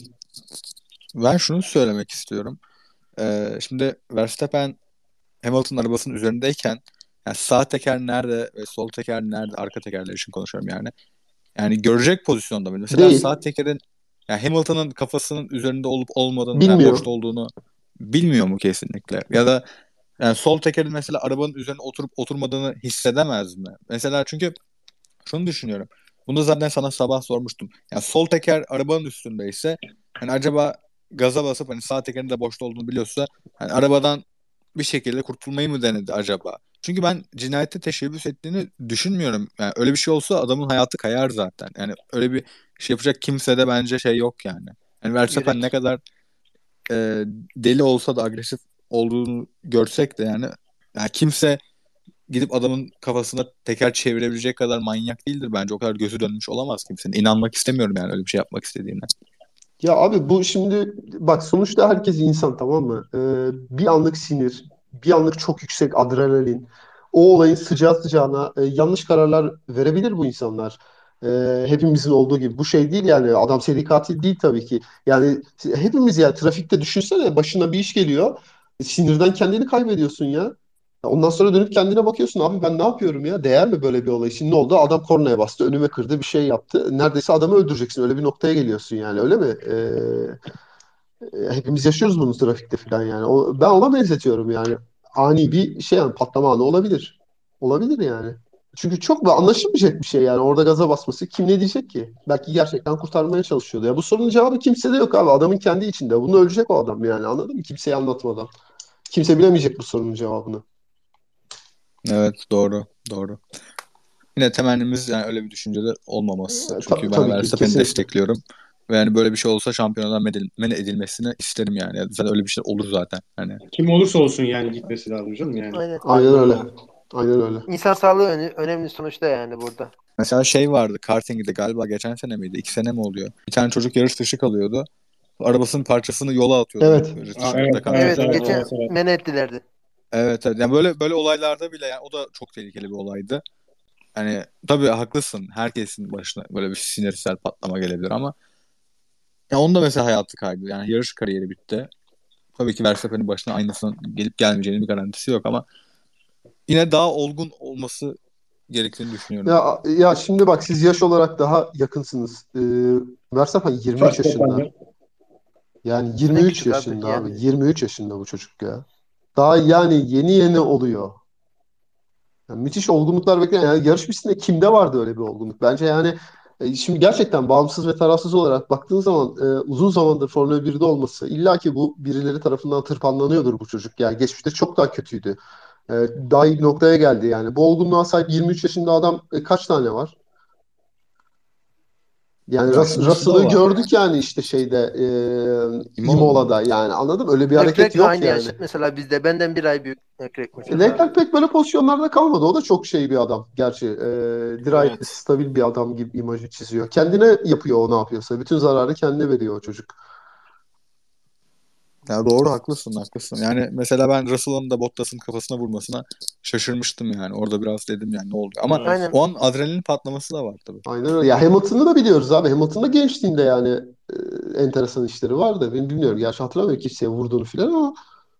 Ben şunu söylemek istiyorum. Şimdi Verstappen Hamilton arabasının üzerindeyken yani sağ teker nerede ve sol teker nerede, arka tekerler için konuşuyorum yani. Yani görecek pozisyonda mı? Mesela Değil. sağ tekerin yani Hamilton'ın kafasının üzerinde olup olmadığını, yani Bilmiyor. boşta olduğunu bilmiyor mu kesinlikle? Ya da yani sol tekerin mesela arabanın üzerine oturup oturmadığını hissedemez mi? Mesela çünkü şunu düşünüyorum. Bunu zaten sana sabah sormuştum. Yani sol teker arabanın üstündeyse hani acaba gaza basıp hani sağ tekerin de boşta olduğunu biliyorsa hani arabadan bir şekilde kurtulmayı mı denedi acaba? Çünkü ben cinayete teşebbüs ettiğini düşünmüyorum. Yani öyle bir şey olsa adamın hayatı kayar zaten. Yani öyle bir şey yapacak kimse de bence yok yani. Yani Verstappen ne Yürek. kadar deli olsa da agresif olduğunu görsek de yani kimse gidip adamın kafasına teker çevirebilecek kadar manyak değildir bence. O kadar gözü dönmüş olamaz kimsenin. İnanmak istemiyorum yani öyle bir şey yapmak istediğine. Ya abi bu şimdi bak sonuçta herkes insan, tamam mı? Bir anlık sinir, bir anlık çok yüksek adrenalin, o olayın sıcağı sıcağına yanlış kararlar verebilir bu insanlar. Hepimizin olduğu gibi. Bu şey değil yani, adam seri katil değil tabii ki. Yani hepimiz ya trafikte düşünsene, başına bir iş geliyor. Sinirden kendini kaybediyorsun ya. Ondan sonra dönüp kendine bakıyorsun, abi ben ne yapıyorum ya? Değer mi böyle bir olay için? Ne oldu? Adam kornaya bastı, önüme kırdı, bir şey yaptı. Neredeyse adamı öldüreceksin. Öyle bir noktaya geliyorsun yani, öyle mi? Hepimiz yaşıyoruz bunu trafikte falan yani. Ben ona benzetiyorum yani. Ani bir şey yani, patlama anı olabilir. Olabilir yani. Çünkü çok da anlaşılmayacak bir şey yani. Orada gaza basması kim ne diyecek ki? Belki gerçekten kurtarmaya çalışıyordu. Ya bu sorunun cevabı kimsede yok abi. Adamın kendi içinde. Bunu ölecek o adam yani, anladın mı? Kimseye anlatmadan. Kimse bilemeyecek bu sorunun cevabını. Evet, doğru doğru. Yine temennimiz yani öyle bir düşüncede olmaması. Çünkü ben Tabii ki, Verstappen'i kesinlikle. destekliyorum. Ve yani böyle bir şey olsa şampiyonlar men edilmesini isterim yani. Zaten öyle bir şey olur zaten. Hani Kim olursa olsun yani gitmesi lazım canım yani. Aynen. Aynen Aynen öyle. öyle. Aynen öyle. İnsan sağlığı önemli sonuçta yani burada. mesela vardı kartingde galiba geçen sene miydi? 2 sene mi oluyor? Bir tane çocuk yarış dışı kalıyordu. Arabasının parçasını yola atıyordu. Evet. Yarış Aa, dışında evet, bırakan evet, Evet çocuğa. evet, geçen evet, evet. men ettilerdi. Evet, evet. Yani böyle olaylarda bile yani o da çok tehlikeli bir olaydı. Hani tabii haklısın. Herkesin başına böyle bir sinirsel patlama gelebilir ama ya onun da mesela hayatı kaydı. Yani yarış kariyeri bitti. Tabii ki Verstappen'in başına aynısının gelip gelmeyeceğinin bir garantisi yok ama yine daha olgun olması gerektiğini düşünüyorum. Ya şimdi bak, siz yaş olarak daha yakınsınız. Verstappen 23 yaşında. Yani En 23 küçük abi yaşında abi. yani. 23 yaşında bu çocuk ya. Daha yani yeni oluyor. Yani müthiş olgunluklar bekleyen. Yani yarış pistinde kimde vardı öyle bir olgunluk? Bence yani şimdi gerçekten bağımsız ve tarafsız olarak baktığın zaman uzun zamandır Formula 1'de olması, illa ki bu birileri tarafından tırpanlanıyordur bu çocuk. Yani geçmişte çok daha kötüydü. Daha iyi bir noktaya geldi yani. Bu olgunluğa sahip 23 yaşında adam kaç tane var? Yani Yaşlısı da Russell'ı var gördük yani işte şeyde Imola'da, yani anladım, öyle bir hareket Leclerc yok aynı yani. yaş mesela bizde. Benden bir ay büyük Leclerc mesela. Leclerc pek böyle pozisyonlarda kalmadı. O da çok şey bir adam gerçi. Dirayetli, Evet. stabil bir adam gibi imajı çiziyor. Kendine yapıyor o ne yapıyorsa. Bütün zararı kendine veriyor o çocuk. Ya doğru, haklısın. Yani mesela ben Russell'ın da Bottas'ın kafasına vurmasına şaşırmıştım yani. Orada biraz dedim yani ne oldu. Ama Evet. Aynen. o an adrenalin patlaması da var tabii. Aynen öyle. Ya Hamilton'ı da biliyoruz abi. Hamilton da gençliğinde yani enteresan işleri vardı. Ben bilmiyorum. Gerçi hatırlamıyorum kimseye vurduğunu falan ama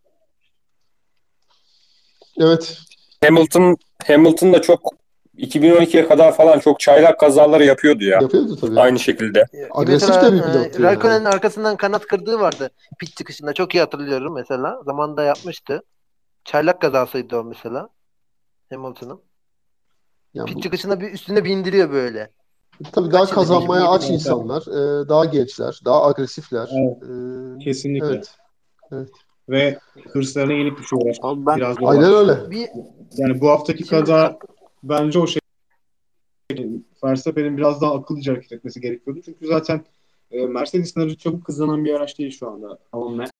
evet. Hamilton da çok 2012'ye kadar falan çok çaylak kazaları yapıyordu ya. Yapıyordu tabii. Aynı şekilde. Agresif Mesela de bir pilottu yani. Raikkonen'in arkasından kanat kırdığı vardı pit çıkışında. Çok iyi hatırlıyorum mesela. Zamanında yapmıştı. Çaylak kazasıydı o mesela. Hamilton'ın. Yani Pit çıkışında bir üstüne bindiriyor böyle. tabii daha Kaç yılıydı? kazanmaya 2007 aç miydi? insanlar, daha gençler, daha agresifler. Evet, kesinlikle. Evet, evet. Ve hırslarına yenik düşüyorlar. Abi ben Biraz da o Aynen var. öyle. Bir Yani bu haftaki şimdi kaza bence o şey, Verstappen'in biraz daha akıllıca hareket etmesi gerekiyordu. Çünkü zaten Mercedes'in aracı çabuk hızlanan bir araç değil şu anda. Tamam,